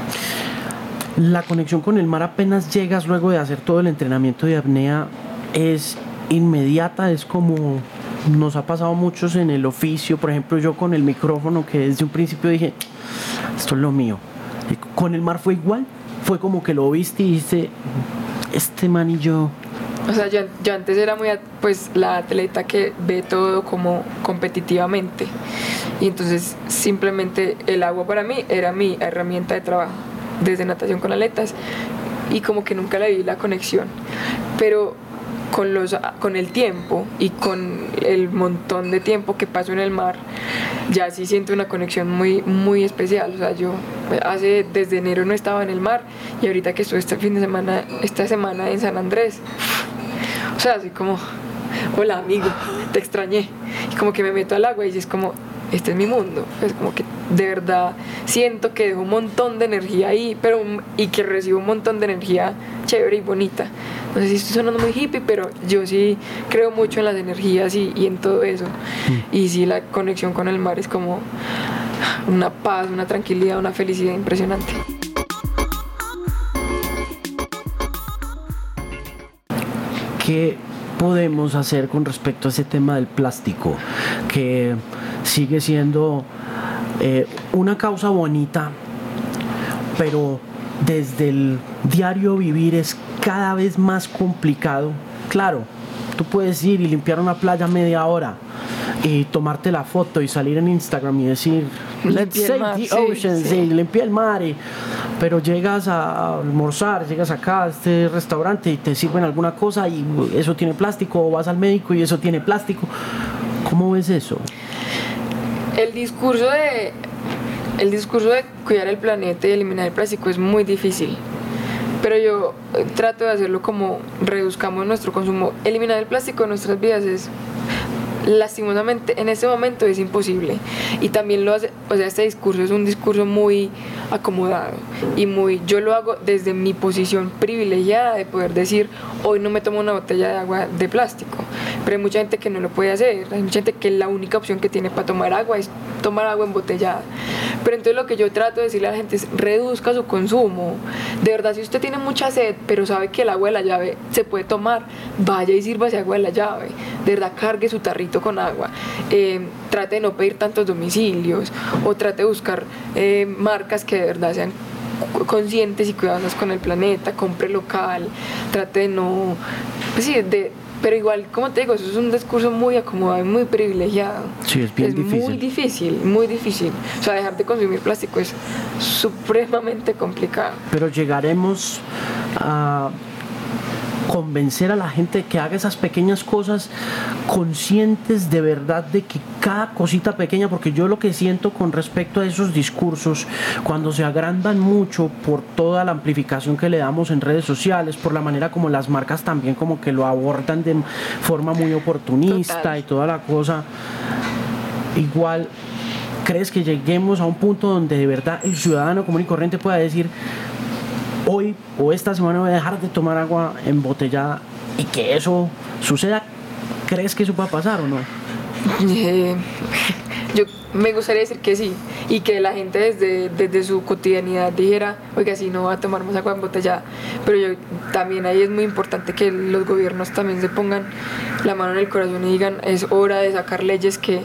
La conexión con el mar apenas llegas luego de hacer todo el entrenamiento de apnea es inmediata, es como nos ha pasado a muchos en el oficio. Por ejemplo, yo con el micrófono, que desde un principio dije, esto es lo mío. Y con el mar fue igual, fue como que lo viste y dijiste, este man y yo... O sea, yo antes era muy, pues, la atleta que ve todo como competitivamente. Y entonces simplemente el agua para mí era mi herramienta de trabajo, desde natación con aletas, y como que nunca le vi la conexión. Pero con el tiempo y con el montón de tiempo que paso en el mar, ya sí siento una conexión muy, muy especial. O sea, yo desde enero no estaba en el mar y ahorita que estuve esta semana en San Andrés, o sea, así como, hola amigo, te extrañé. Y como que me meto al agua y es como, este es mi mundo. Es como que de verdad siento que dejo un montón de energía ahí, y que recibo un montón de energía chévere y bonita. No sé si estoy sonando muy hippie, pero yo sí creo mucho en las energías y en todo eso. Y sí, la conexión con el mar es como una paz, una tranquilidad, una felicidad impresionante. ¿Qué podemos hacer con respecto a ese tema del plástico? Que sigue siendo una causa bonita, pero desde el diario vivir es cada vez más complicado. Claro, tú puedes ir y limpiar una playa media hora y tomarte la foto y salir en Instagram y decir let's save the ocean, sí, limpié el mar, pero llegas a almorzar, llegas acá a este restaurante y te sirven alguna cosa y eso tiene plástico, o vas al médico y eso tiene plástico. ¿Cómo ves eso? El discurso de cuidar el planeta y eliminar el plástico es muy difícil, pero yo trato de hacerlo como reduzcamos nuestro consumo. Eliminar el plástico de nuestras vidas es, lastimosamente, en este momento es imposible, y también lo hace, o sea, este discurso es un discurso muy acomodado y yo lo hago desde mi posición privilegiada de poder decir, hoy no me tomo una botella de agua de plástico, pero hay mucha gente que no lo puede hacer, hay mucha gente que la única opción que tiene para tomar agua es tomar agua embotellada. Pero entonces lo que yo trato de decirle a la gente es, reduzca su consumo. De verdad, si usted tiene mucha sed, pero sabe que el agua de la llave se puede tomar, vaya y sírvase agua de la llave. De verdad, cargue su tarrito con agua. Trate de no pedir tantos domicilios, o trate de buscar marcas que de verdad sean conscientes y cuidadosas con el planeta. Compre local, trate de no... Pues sí, pero igual, como te digo, eso es un discurso muy acomodado y muy privilegiado. Sí, es bien difícil. Muy difícil, muy difícil. O sea, dejar de consumir plástico es supremamente complicado. Pero llegaremos a convencer a la gente que haga esas pequeñas cosas, conscientes de verdad de que cada cosita pequeña, porque yo lo que siento con respecto a esos discursos, cuando se agrandan mucho por toda la amplificación que le damos en redes sociales, por la manera como las marcas también como que lo abordan de forma muy oportunista. Total. Y toda la cosa, igual, ¿crees que lleguemos a un punto donde de verdad el ciudadano común y corriente pueda decir, hoy o esta semana voy a dejar de tomar agua embotellada, y que eso suceda ¿Crees que eso va a pasar o no? Yo me gustaría decir que sí, y que la gente desde su cotidianidad dijera, oiga, si no va a tomar más agua embotellada. Pero también ahí es muy importante que los gobiernos también se pongan la mano en el corazón y digan, es hora de sacar leyes que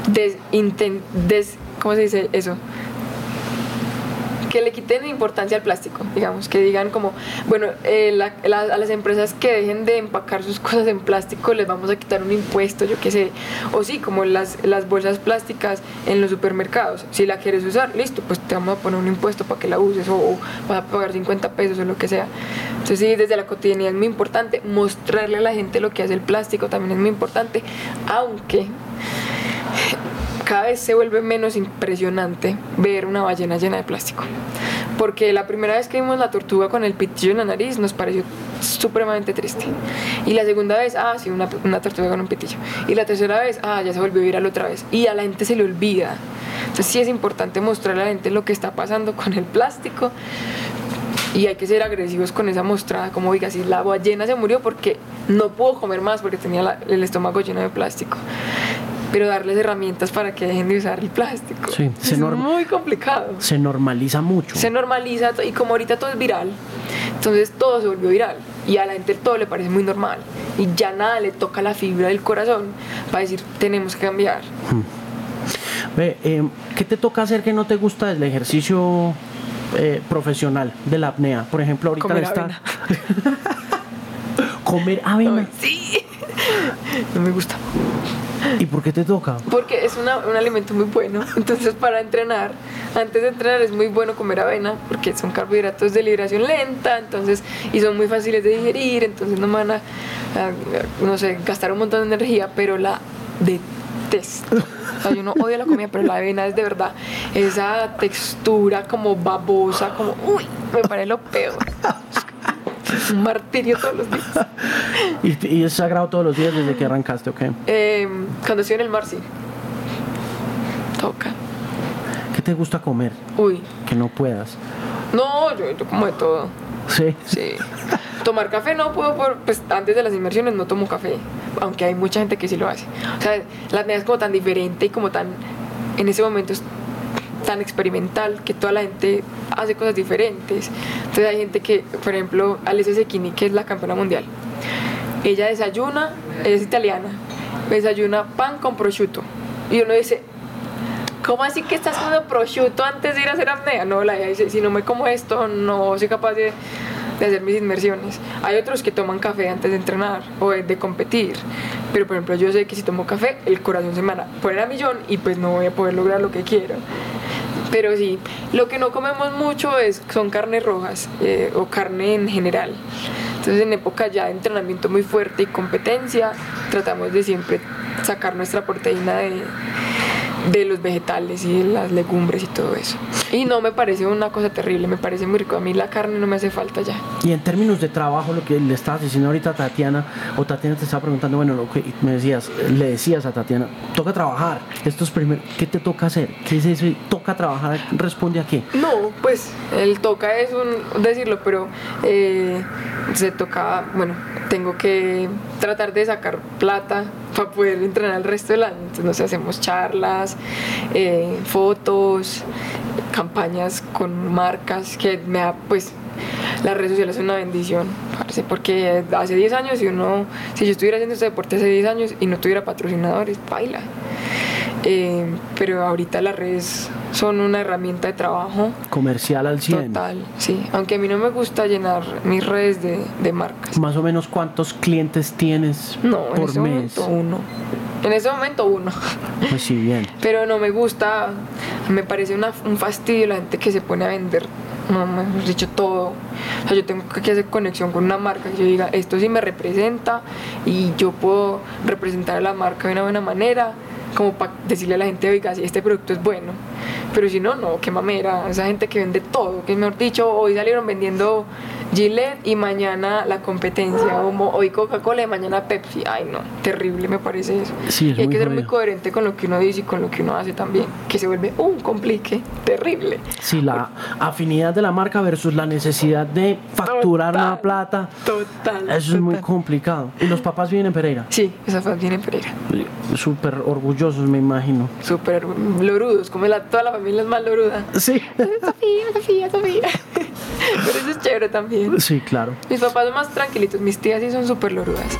¿cómo se dice eso? Que le quiten importancia al plástico, digamos, que digan como, bueno, a las empresas que dejen de empacar sus cosas en plástico les vamos a quitar un impuesto, yo qué sé, o sí, como las bolsas plásticas en los supermercados, si la quieres usar, listo, pues te vamos a poner un impuesto para que la uses, o vas a pagar 50 pesos o lo que sea. Entonces sí, desde la cotidianidad es muy importante, mostrarle a la gente lo que hace el plástico también es muy importante, aunque cada vez se vuelve menos impresionante ver una ballena llena de plástico. Porque la primera vez que vimos la tortuga con el pitillo en la nariz nos pareció supremamente triste. Y la segunda vez, sí, una tortuga con un pitillo. Y la tercera vez, ya se volvió viral otra vez. Y a la gente se le olvida. Entonces sí es importante mostrarle a la gente lo que está pasando con el plástico. Y hay que ser agresivos con esa mostrada, como oiga, si la ballena se murió porque no pudo comer más porque tenía el estómago lleno de plástico. Pero darles herramientas para que dejen de usar el plástico. Sí, es muy complicado. Se normaliza mucho. Se normaliza, y como ahorita todo es viral, entonces todo se volvió viral. Y a la gente todo le parece muy normal. Y ya nada le toca la fibra del corazón para decir, tenemos que cambiar. ¿Qué te toca hacer que no te gusta del ejercicio profesional de la apnea? Por ejemplo, ahorita comer avena. ¿Comer avena? Ay, sí. No me gusta. ¿Y por qué te toca? Porque es un alimento muy bueno. Entonces para entrenar, antes de entrenar es muy bueno comer avena porque son carbohidratos de liberación lenta, entonces, y son muy fáciles de digerir, entonces no me van a no sé, gastar un montón de energía, pero la detesto. O sea, yo no odio la comida, pero la avena es de verdad esa textura como babosa, como me parece lo peor. Un martirio todos los días. ¿Y es sagrado todos los días desde que arrancaste o qué? Cuando estoy en el mar, sí. Toca. ¿Qué te gusta comer? Que no puedas. No, yo como de todo. ¿Sí? Sí. Tomar café no puedo, pues antes de las inmersiones no tomo café, aunque hay mucha gente que sí lo hace. O sea, la apnea es como tan diferente y como tan, en ese momento es tan experimental que toda la gente hace cosas diferentes. Entonces hay gente que, por ejemplo, Alessia Cecchini, que es la campeona mundial, ella desayuna, ella es italiana, desayuna pan con prosciutto y uno dice, ¿cómo así que estás comiendo prosciutto antes de ir a hacer apnea? No, ella dice, si no me como esto no soy capaz de hacer mis inmersiones. Hay otros que toman café antes de entrenar o de competir, pero por ejemplo yo sé que si tomo café el corazón se me va a poner a millón y pues no voy a poder lograr lo que quiero. Pero sí, lo que no comemos mucho son carnes rojas o carne en general. Entonces en época ya de entrenamiento muy fuerte y competencia tratamos de siempre sacar nuestra proteína de los vegetales y de las legumbres y todo eso. Y no me parece una cosa terrible, me parece muy rico. A mí la carne no me hace falta ya. Y en términos de trabajo, lo que le estabas diciendo ahorita a Tatiana, o Tatiana te estaba preguntando, bueno, lo que le decías a Tatiana, toca trabajar, esto es primero, ¿qué te toca hacer? ¿Qué es eso? ¿Toca trabajar? ¿Responde a qué? No, pues el toca es decirlo, pero se toca, bueno, tengo que tratar de sacar plata para poder entrenar el resto del año. Entonces, no sé, hacemos charlas, fotos, campañas con marcas que me da, pues, las redes sociales son una bendición, parece, porque hace 10 años, si yo estuviera haciendo este deporte hace 10 años y no tuviera patrocinadores, baila. Pero ahorita las redes son una herramienta de trabajo comercial al 100. Total, sí, aunque a mí no me gusta llenar mis redes de marcas. ¿Más o menos cuántos clientes tienes por mes? En ese momento uno. Pues sí, bien. Pero no me gusta, me parece un fastidio la gente que se pone a vender, no, mejor dicho, todo. O sea, yo tengo que hacer conexión con una marca que yo diga, esto sí me representa y yo puedo representar a la marca de una buena manera, como para decirle a la gente, oiga, si este producto es bueno. Pero si no, qué mamera, esa gente que vende todo, que mejor dicho, hoy salieron vendiendo Gillette y mañana la competencia, como hoy Coca-Cola y mañana Pepsi. Ay no, terrible me parece eso. Sí, y hay que ser muy jodido. coherente con lo que uno dice y con lo que uno hace también, que se vuelve un complique terrible. Sí, la afinidad de la marca versus la necesidad de facturar Total, una plata. Total. Eso es muy complicado. ¿Y los papás viven en Pereira? Sí, esa fue bien en Pereira. Súper orgullosos, me imagino. Súper lorudos, como toda la familia es más loruda. Sí. Sofía. Pero eso es chévere también. Sí, claro. Mis papás son más tranquilitos, mis tías sí son súper lorudas.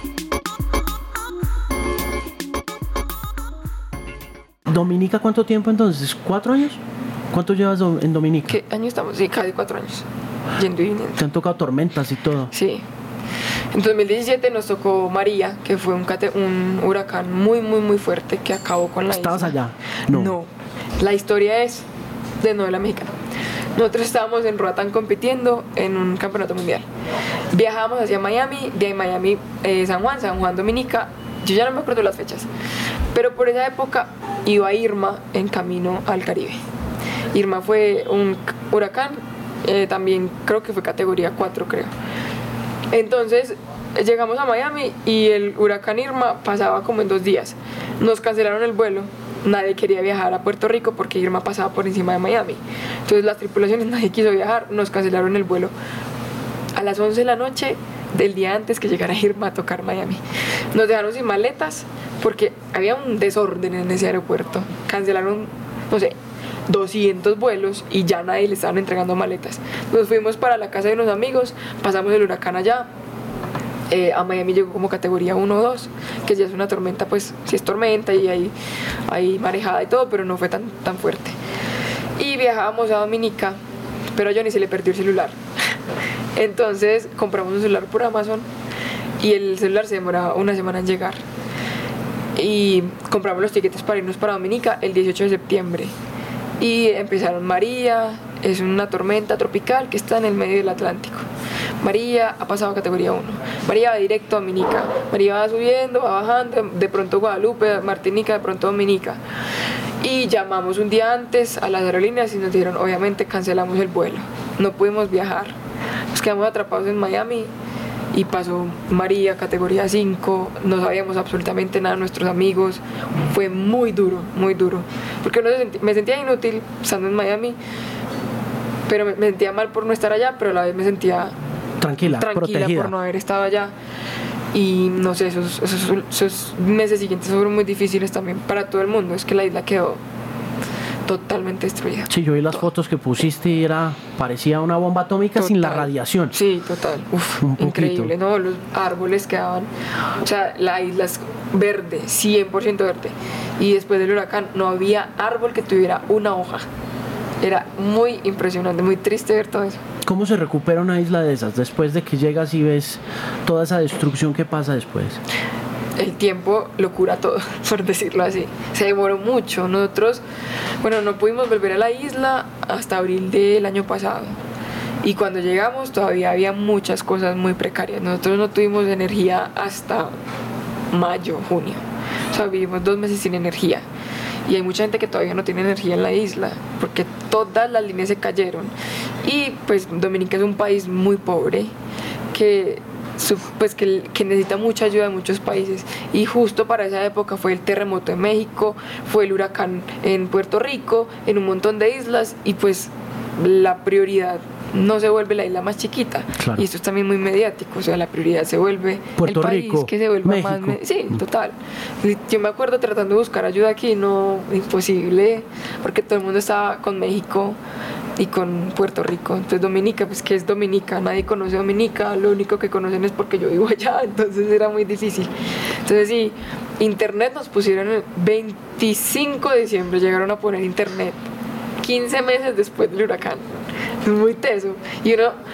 ¿Dominica cuánto tiempo entonces? ¿4 años? ¿Cuánto llevas en Dominica? ¿Qué año estamos? Sí, casi 4 años. Yendo y viniendo. Te han tocado tormentas y todo. Sí. En 2017 nos tocó María, que fue un huracán muy fuerte que acabó con la ¿Estabas isla. allá? No. La historia es de novela mexicana. Nosotros estábamos en Roatán compitiendo en un campeonato mundial. Viajamos hacia Miami, de Miami San Juan, Dominica. Yo ya no me acuerdo las fechas. Pero por esa época iba Irma en camino al Caribe. Irma fue un huracán, también creo que fue categoría 4, creo. Entonces llegamos a Miami y el huracán Irma pasaba como en 2 días. Nos cancelaron el vuelo. Nadie quería viajar a Puerto Rico porque Irma pasaba por encima de Miami. Entonces las tripulaciones, nadie quiso viajar, nos cancelaron el vuelo a las 11 de la noche del día antes que llegara Irma a tocar Miami. Nos dejaron sin maletas porque había un desorden en ese aeropuerto. Cancelaron, no sé, 200 vuelos y ya nadie le estaban entregando maletas. Nos fuimos para la casa de unos amigos, pasamos el huracán allá. A Miami llegó como categoría 1 o 2, que ya es una tormenta, pues sí es tormenta y hay marejada y todo, pero no fue tan fuerte. Y viajábamos a Dominica, pero a Johnny se le perdió el celular. Entonces compramos un celular por Amazon y el celular se demoraba 1 semana en llegar. Y compramos los tiquetes para irnos para Dominica el 18 de septiembre. Y empezaron María, es una tormenta tropical que está en el medio del Atlántico. María ha pasado a categoría 1. María va directo a Dominica. María va subiendo, va bajando, de pronto Guadalupe, Martinica, de pronto Dominica. Y llamamos un día antes a las aerolíneas y nos dijeron, obviamente cancelamos el vuelo. No pudimos viajar. Nos quedamos atrapados en Miami y pasó María, categoría 5. No sabíamos absolutamente nada de nuestros amigos. Fue muy duro, porque me sentía inútil estando en Miami, pero me sentía mal por no estar allá, pero a la vez me sentía tranquila protegida por no haber estado allá. Y no sé, esos meses siguientes fueron muy difíciles también para todo el mundo. Es que la isla quedó totalmente destruida. Sí, yo vi las fotos que pusiste y parecía una bomba atómica sin la radiación. Sí, total. Uf, increíble, ¿no? Los árboles quedaban, o sea, la isla es verde, 100% verde. Y después del huracán no había árbol que tuviera una hoja. Era muy impresionante, muy triste ver todo eso. ¿Cómo se recupera una isla de esas después de que llegas y ves toda esa destrucción que pasa después? El tiempo lo cura todo, por decirlo así. Se demoró mucho. Nosotros, no pudimos volver a la isla hasta abril del año pasado. Y cuando llegamos todavía había muchas cosas muy precarias. Nosotros no tuvimos energía hasta mayo, junio. O sea, vivimos 2 meses sin energía. Y hay mucha gente que todavía no tiene energía en la isla, porque todas las líneas se cayeron. Y pues Dominica es un país muy pobre, que necesita mucha ayuda de muchos países. Y justo para esa época fue el terremoto en México, fue el huracán en Puerto Rico, en un montón de islas, y pues la prioridad no se vuelve la isla más chiquita. Claro. Y esto es también muy mediático, o sea, la prioridad se vuelve Puerto el país Rico, que se vuelva México. más... Sí, total. Yo me acuerdo tratando de buscar ayuda aquí, no, imposible, porque todo el mundo estaba con México y con Puerto Rico. Entonces Dominica, pues ¿qué es Dominica? Nadie conoce Dominica, lo único que conocen es porque yo vivo allá, entonces era muy difícil. Entonces sí, internet nos pusieron el 25 de diciembre, llegaron a poner internet, 15 meses después del huracán. Es muy teso. Y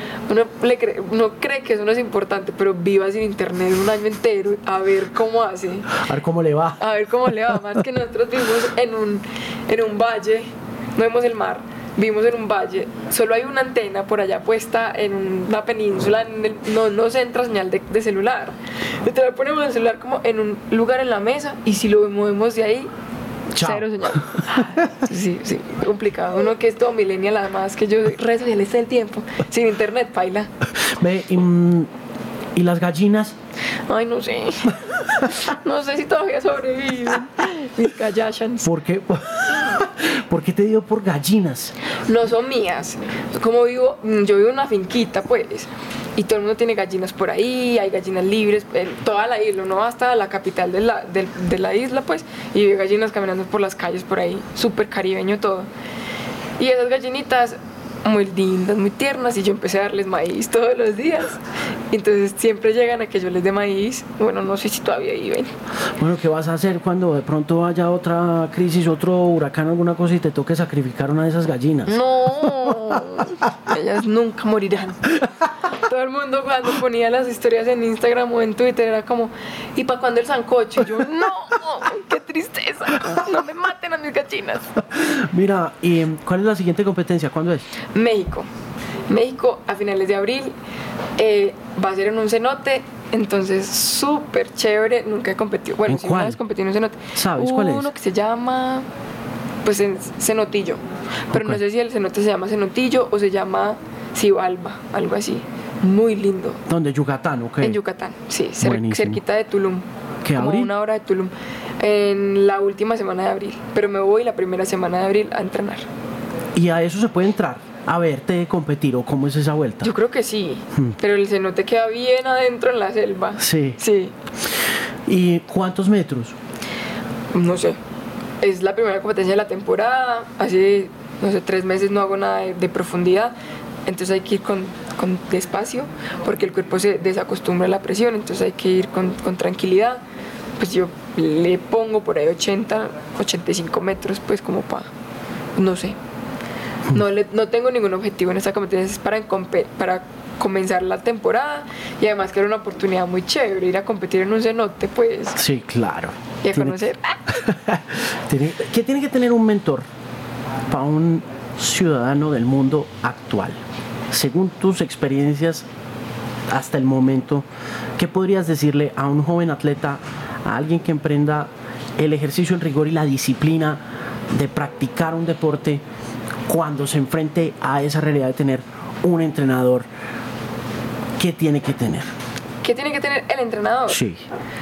uno cree que eso no es importante, pero viva sin internet un año entero, a ver cómo hace. A ver cómo le va. A ver cómo le va. Más que nosotros vivimos en un valle, no vemos el mar, vivimos en un valle, solo hay una antena por allá puesta en una península, no se entra señal de celular. Entonces ponemos el celular como en un lugar en la mesa y si lo movemos de ahí, Chao. Cero señal. Sí, complicado. Uno que es todo millennial, además, que yo redes sociales todo el tiempo. Sin internet, paila. Ve, ¿y las gallinas? Ay, no sé. No sé si todavía sobreviven. Mis Kardashians. ¿Por qué? ¿Por qué te dio por gallinas? No son mías. Yo vivo en una finquita, pues. Y todo el mundo tiene gallinas por ahí, hay gallinas libres, en toda la isla, uno va hasta la capital de la isla, pues, y ve gallinas caminando por las calles por ahí, súper caribeño todo. Y esas gallinitas, muy lindas, muy tiernas, y yo empecé a darles maíz todos los días. Entonces siempre llegan a que yo les dé maíz. Bueno, no sé si todavía viven. Bueno, ¿qué vas a hacer cuando de pronto haya otra crisis, otro huracán, alguna cosa y te toque sacrificar una de esas gallinas? No, ellas nunca morirán. Todo el mundo cuando ponía las historias en Instagram o en Twitter era como, ¿y para cuándo el sancocho? Y yo, no, qué tristeza, no me maten a mis gallinas. Mira, ¿y cuál es la siguiente competencia? ¿Cuándo es? México a finales de abril, va a ser en un cenote, entonces súper chévere, nunca he competido. Bueno, sí, una vez competí en un cenote. ¿Sabes cuál es? Uno que se llama, pues en Cenotillo, pero no sé si el cenote se llama Cenotillo o se llama Xibalba, algo así. Muy lindo. ¿Dónde? ¿Yucatán o qué? En Yucatán, sí, cerquita de Tulum. ¿Qué, como abril? 1 hora de Tulum. En la última semana de abril, pero me voy la primera semana de abril a entrenar. ¿Y a eso se puede entrar? ¿A verte competir o cómo es esa vuelta? Yo creo que sí, pero el cenote queda bien adentro en la selva. Sí. Sí. ¿Y cuántos metros? No sé. Es la primera competencia de la temporada. Hace, no sé, 3 meses no hago nada de profundidad. Entonces hay que ir con despacio porque el cuerpo se desacostumbra a la presión. Entonces hay que ir con tranquilidad. Pues yo le pongo por ahí 85 metros, pues como para, no sé. No tengo ningún objetivo en esta competencia, es para comenzar la temporada y además que era una oportunidad muy chévere ir a competir en un cenote, pues. Sí, claro. Y a conocer. ¿Qué tiene que tener un mentor para un ciudadano del mundo actual? Según tus experiencias hasta el momento, ¿qué podrías decirle a un joven atleta, a alguien que emprenda el ejercicio, el rigor y la disciplina de practicar un deporte cuando se enfrente a esa realidad de tener un entrenador? ¿Qué tiene que tener? ¿Qué tiene que tener el entrenador? Sí.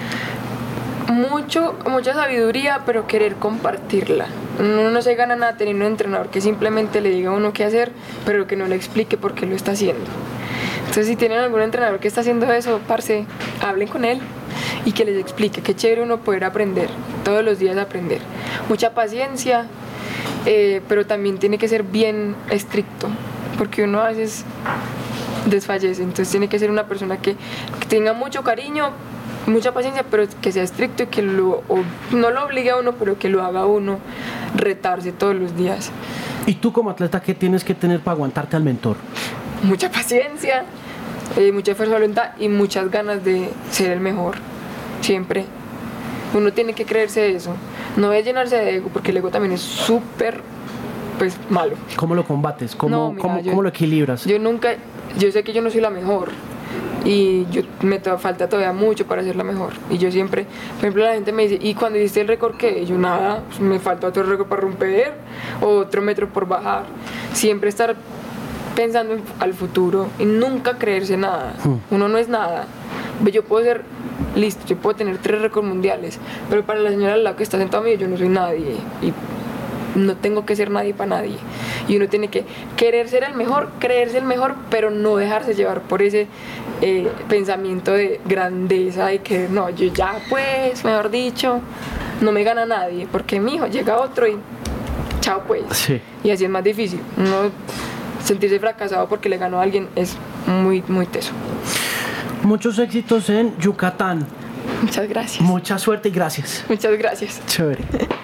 Mucha sabiduría, pero querer compartirla. Uno no se gana nada teniendo un entrenador que simplemente le diga a uno qué hacer, pero que no le explique por qué lo está haciendo. Entonces, si tienen algún entrenador que está haciendo eso, parce, hablen con él y que les explique. Qué chévere uno poder aprender, todos los días aprender. Mucha paciencia, pero también tiene que ser bien estricto, porque uno a veces desfallece. Entonces tiene que ser una persona que tenga mucho cariño, mucha paciencia, pero que sea estricto y que no lo obligue a uno, pero que lo haga a uno retarse todos los días. ¿Y tú como atleta qué tienes que tener para aguantarte al mentor? Mucha paciencia, mucha fuerza de voluntad y muchas ganas de ser el mejor, siempre. Uno tiene que creerse eso, no es llenarse de ego, porque el ego también es súper, pues, malo. ¿Cómo lo combates? ¿Cómo lo equilibras? Yo sé que yo no soy la mejor y me falta todavía mucho para ser la mejor. Y yo siempre, por ejemplo, la gente me dice, ¿y cuando hiciste el récord qué? Y yo, nada, pues me falta otro récord para romper, otro metro por bajar. Siempre estar pensando al futuro y nunca creerse nada. Uno no es nada. Yo puedo ser listo, yo puedo tener 3 récords mundiales, pero para la señora al lado que está sentada a mí, yo no soy nadie y no tengo que ser nadie para nadie. Y uno tiene que querer ser el mejor, creerse el mejor, pero no dejarse llevar por ese pensamiento de grandeza y que no, yo ya pues, mejor dicho, no me gana nadie, porque mijo, llega otro y chao pues. Sí. Y así es más difícil. Uno sentirse fracasado porque le ganó a alguien es muy, muy teso. Muchos éxitos en Yucatán. Muchas gracias. Mucha suerte y gracias. Muchas gracias. Chévere.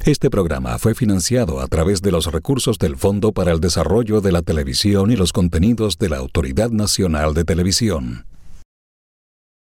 Este programa fue financiado a través de los recursos del Fondo para el Desarrollo de la Televisión y los Contenidos de la Autoridad Nacional de Televisión.